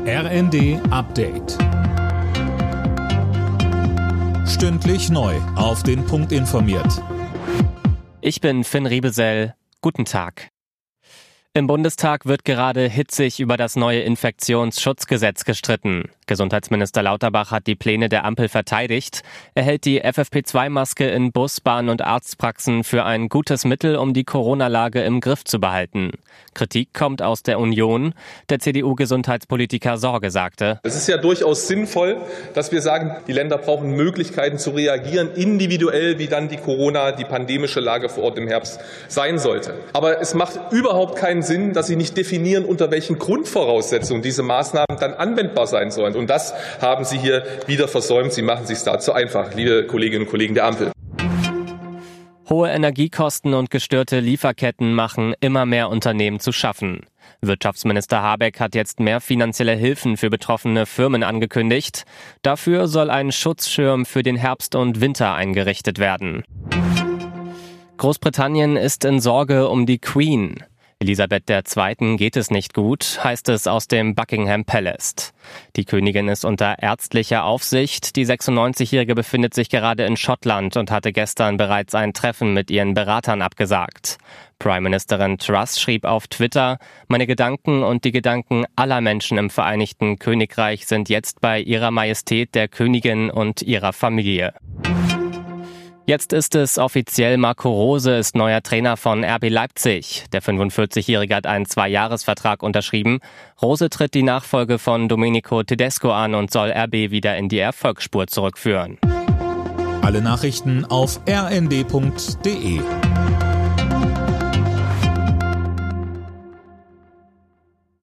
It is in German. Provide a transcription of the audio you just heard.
RND Update. Stündlich neu auf den Punkt informiert. Ich bin Finn Riebesell. Guten Tag. Im Bundestag wird gerade hitzig über das neue Infektionsschutzgesetz gestritten. Gesundheitsminister Lauterbach hat die Pläne der Ampel verteidigt. Er hält die FFP2-Maske in Bus, Bahn und Arztpraxen für ein gutes Mittel, um die Corona-Lage im Griff zu behalten. Kritik kommt aus der Union. Der CDU-Gesundheitspolitiker Sorge sagte: Es ist ja durchaus sinnvoll, dass wir sagen, die Länder brauchen Möglichkeiten zu reagieren, individuell, wie dann die pandemische Lage vor Ort im Herbst sein sollte. Aber es macht überhaupt keinen Sinn, dass Sie nicht definieren, unter welchen Grundvoraussetzungen diese Maßnahmen dann anwendbar sein sollen. Und das haben Sie hier wieder versäumt. Sie machen es sich dazu einfach, liebe Kolleginnen und Kollegen der Ampel. Hohe Energiekosten und gestörte Lieferketten machen immer mehr Unternehmen zu schaffen. Wirtschaftsminister Habeck hat jetzt mehr finanzielle Hilfen für betroffene Firmen angekündigt. Dafür soll ein Schutzschirm für den Herbst und Winter eingerichtet werden. Großbritannien ist in Sorge um die Queen. Elisabeth II. Geht es nicht gut, heißt es aus dem Buckingham Palace. Die Königin ist unter ärztlicher Aufsicht. Die 96-Jährige befindet sich gerade in Schottland und hatte gestern bereits ein Treffen mit ihren Beratern abgesagt. Prime Ministerin Truss schrieb auf Twitter: Meine Gedanken und die Gedanken aller Menschen im Vereinigten Königreich sind jetzt bei Ihrer Majestät der Königin und ihrer Familie. Jetzt ist es offiziell, Marco Rose ist neuer Trainer von RB Leipzig. Der 45-Jährige hat einen 2-Jahres-Vertrag unterschrieben. Rose tritt die Nachfolge von Domenico Tedesco an und soll RB wieder in die Erfolgsspur zurückführen. Alle Nachrichten auf rnd.de.